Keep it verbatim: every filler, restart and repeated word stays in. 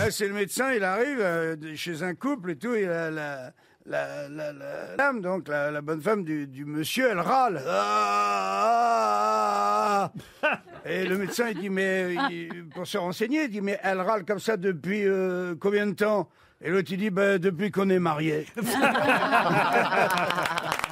Là, c'est le médecin, il arrive euh, chez un couple et tout, et la, la, la, la, la dame, donc la, la bonne femme du, du monsieur, elle râle. Ah, ah, ah. Et le médecin, il dit, mais il, pour se renseigner, il dit, mais elle râle comme ça depuis euh, combien de temps? Et l'autre, il dit, ben, depuis qu'on est mariés.